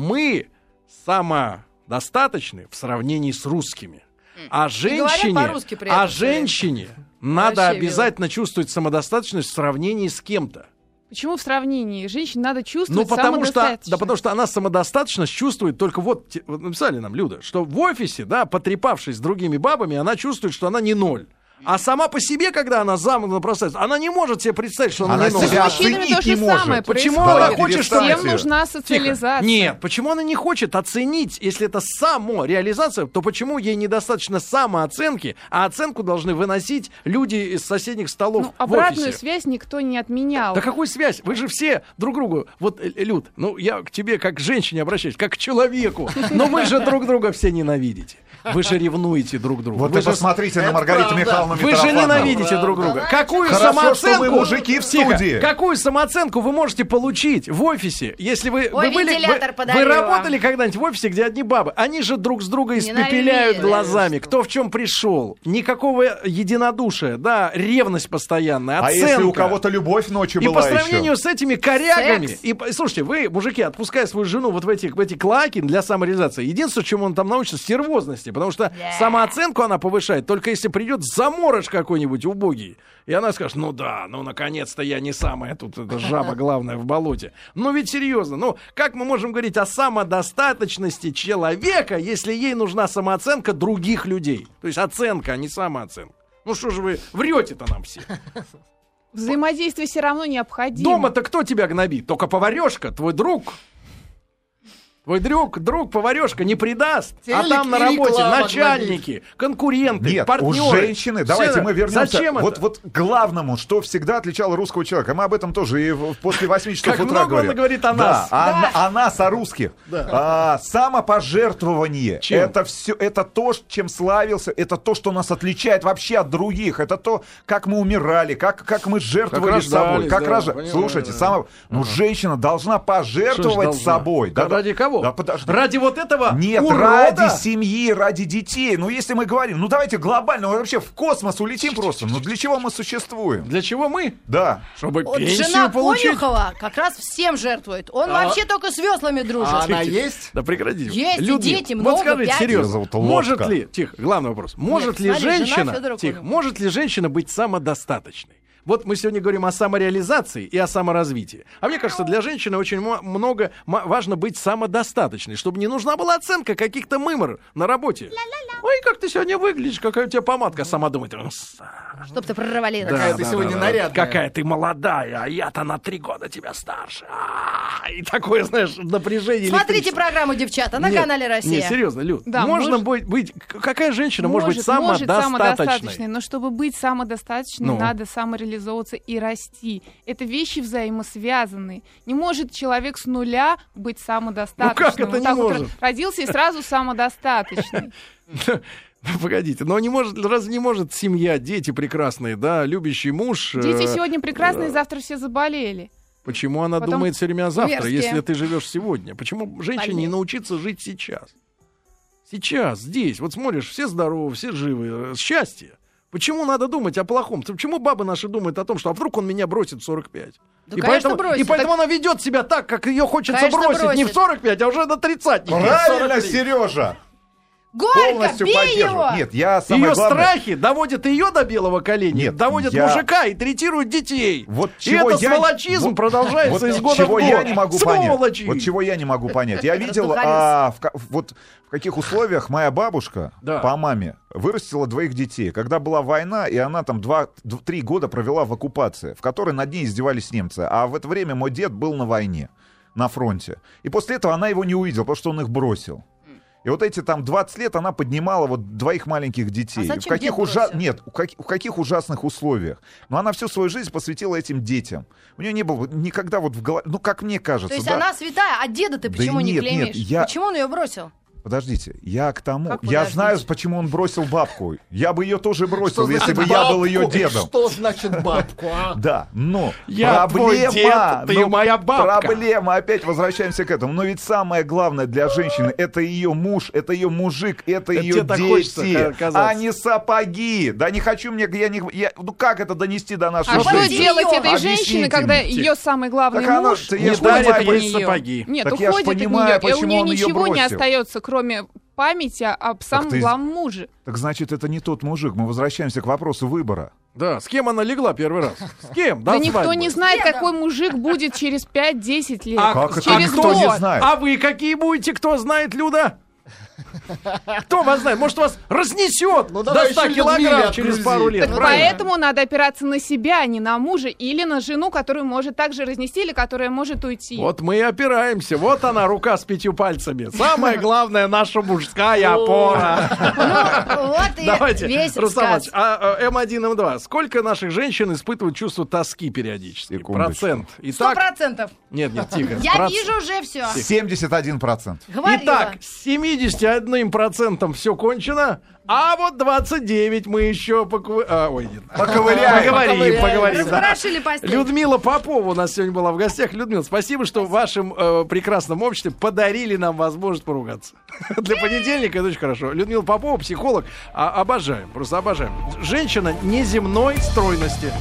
мы самодостаточны в сравнении с русскими. А говорят женщине, по-русски при этом а всё время. женщине надо Вообще обязательно чувствовать самодостаточность в сравнении с кем-то. Почему в сравнении? Женщине надо Ну, чувствовать потому что, самодостаточность. да, потому что она самодостаточность чувствует только вот, те- вот написали нам, Люда, что в офисе, да, потрепавшись с другими бабами, она чувствует, что она не ноль. А сама по себе, когда она замуж на пространстве, она не может себе представить, что она, Она не ноль. себя С мужчинами оценить то же не может. самое Почему происходит. она хочет, что- Всем Перестаньте. нужна Тихо. социализация. Нет, почему она не хочет оценить, если это самореализация, то почему ей недостаточно самооценки, а оценку должны выносить люди из соседних столов Ну, в обратную офисе? связь никто не отменял. Да какую связь? Вы же все друг другу... Вот, э, Люд, ну я к тебе как к женщине обращаюсь, как к человеку. Но вы же друг друга все ненавидите. Вы же ревнуете друг друга. Вот вы вы же... посмотрите на Это Маргариту правда. Михайловну Вы же Митрофанову. ненавидите друг друга. Какую Хорошо, самооценку... что мы мужики в Тихо. студии. Какую самооценку вы можете получить в офисе, если вы... Ой, вы, были, вентилятор вы, подарю вы вам. работали когда-нибудь в офисе, где одни бабы? Они же друг с друга испепеляют Ненавидят. глазами. Кто в чем пришел. Никакого единодушия. Да, ревность постоянная, А оценка. если у кого-то любовь ночью И была по сравнению еще? с этими корягами, Секс. и, по- слушайте, вы, мужики, отпуская свою жену вот в эти, в эти клаки для самореализации, единственное, чему он там научится, стервозности, потому что самооценку она повышает, только если придет заморож какой-нибудь убогий, и она скажет, ну да, ну наконец-то я не самая тут эта жаба главная в болоте. Ну ведь серьезно, ну как мы можем говорить о самодостаточности человека, если ей нужна самооценка других людей? То есть оценка, а не самооценка. Ну что же вы врете-то нам все? Взаимодействие все равно необходимо. Дома-то кто тебя гнобит? Только поварешка, твой друг. Твой друг, друг, поварешка не предаст. Телек А там на и работе реклама начальники, конкуренты, Нет, партнеры. у женщины, давайте Все- мы вернемся Зачем вот, это? вот к главному, что всегда отличало русского человека. Мы об этом тоже и в- после восьми часов Как утра много он говорим. говорит о Да, нас. о, о нас, о русских. А, самопожертвование. Чем? Это все, это то, чем славился, это то, что нас отличает вообще от других. Это то, как мы умирали, как, как мы жертвовали Как собой. рождались, Как да, рожа- понимаю, Слушайте, да. само... ну, женщина должна Что ж пожертвовать должна? собой. Да, Да, ради кого? Да, подожди. Ради вот этого Нет, урода? ради семьи, ради детей. Ну, если мы говорим, ну давайте глобально, мы вообще в космос улетим просто. Ну для чего мы существуем? Для чего мы? Да. Чтобы Вот пенсию жена получить. Конюхова как раз всем жертвует. Он А- вообще только с веслами дружит. А она есть? Да прекратите. Есть и Людмила, дети, вот много, скажите пять. Её серьезно, зовут может Лодка. ли, тихо, главный вопрос, может ли смотри, жена женщина, Фёдора тихо, Конюхова. может ли женщина быть самодостаточной? Вот мы сегодня говорим о самореализации и о саморазвитии. А мне кажется, для женщины очень мо- много м- важно быть самодостаточной, чтобы не нужна была оценка каких-то мымор на работе. Ой, как ты сегодня выглядишь, какая у тебя помадка. Сама думает, «М, с- Чтоб ты прорвалила. Какая ты сегодня нарядная. какая ты молодая, а я-то на три года тебя старше. А, И такое, знаешь, напряжение. Смотрите электричество. программу «Девчата» на Нет, канале «Россия». Не, серьезно, Люд, Да, можно может- быть, быть... к- Какая женщина может, быть может самодостаточной? самодостаточной, но чтобы быть самодостаточной, Ну. надо самореализовываться и расти. Это вещи взаимосвязаны. Не может человек с нуля быть самодостаточным. Ну как это Вот не так вот может? родился и сразу самодостаточный. Ну, погодите, но не может, разве не может семья, дети прекрасные, да, любящий муж? Дети э, сегодня прекрасные, завтра все заболели. Почему она Потом думает все время о завтра, мерзкие. если ты живешь сегодня? Почему женщине не Больные. научиться жить сейчас? Сейчас, здесь, вот смотришь, все здоровы, все живы, счастье. Почему надо думать о плохом? Почему бабы наши думают о том, что а вдруг он меня бросит в сорок пять? Да, и, конечно, поэтому, бросит. и поэтому Так- она ведет себя так, как ее хочется Конечно, бросить. Не в бросит. сорок пять, а уже до тридцати. Правильно, Сережа! Горько, Полностью бей поддерживаю. его! Нет, я самое Ее главное... страхи доводят ее до белого коленя, Нет, доводят я- мужика и третируют детей. Вот и чего этот я... сволочизм вот- продолжается вот из года чего в год. я не могу Сволочи! понять. Вот чего я не могу понять. Я видел, Раздухарился. а, в, ка- вот в каких условиях моя бабушка Да. по маме вырастила двоих детей. Когда была война, и она там два, д- три года провела в оккупации, в которой над ней издевались немцы. А в это время мой дед был на войне, на фронте. И после этого она его не увидела, потому что он их бросил. И вот эти там двадцать лет она поднимала вот двоих маленьких детей. А зачем в каких дед ужа... бросил? Нет, в, как- в каких ужасных условиях. Но она всю свою жизнь посвятила этим детям. У нее не было никогда вот в голове... Ну, как мне кажется, То есть да. она святая, а деда ты Да почему не нет, клеймишь? нет, я- Почему он ее бросил? Подождите, я к тому... Как я подождите? знаю, почему он бросил бабку. Я бы ее тоже бросил, Что если значит бы я был бабку? ее дедом. Что значит бабку, а? Да, но Я твой проблема, дед, ты но моя бабка. Проблема, опять возвращаемся к этому. Но ведь самое главное для женщины — это ее муж, это ее мужик, это Это ее тебе так хочется дети, казаться. а не сапоги. Да не хочу мне, я не, я- ну как это донести до нашей А что женщины? делать этой Объясните женщине, когда мне. ее самый главный Так она- муж да я Не ж дарит понимаю, ей неё? сапоги. Нет, Так я ж уходит от понимаю, нее, и у почему нее он её ничего не бросил. остается, кроме памяти об самом ты- главном муже. Так значит, это не тот мужик. Мы возвращаемся к вопросу выбора. Да, с кем она легла первый раз? С кем? Да До никто свадьбы. не знает, Дедом. какой мужик будет через пять-десять лет. А Как это через никто не год. знает? А вы какие будете, кто знает, Люда? Кто вас знает? Может, вас разнесет Ну, до давай ста еще килограмм Людмиле через отгрузи. пару лет. Ну, правильно? поэтому надо опираться на себя, а не на мужа или на жену, которую может также разнести или которая может уйти. Вот мы и опираемся. Вот она, рука с пятью пальцами. Самое главное, наша мужская опора. Ну, вот и Давайте, весь Рустам рассказ. Иванович, а а, эм один, эм два. Сколько наших женщин испытывают чувство тоски периодически? Секундочку. Процент. Сто Итак, процентов. нет, нет, тихо. Я Проц- вижу уже все. семьдесят один процент. Говорила. Итак, с семьдесят один процентом все кончено, а вот двадцать девять мы еще покв... а, ой, нет. Поковыряем. Поговорим, поговорим. да. Разворошили постель. Людмила Попова у нас сегодня была в гостях. Людмила, спасибо, что в вашем э, прекрасном обществе подарили нам возможность поругаться. Для понедельника это очень хорошо. Людмила Попова, психолог. А, обожаем, просто обожаем. Женщина неземной стройности.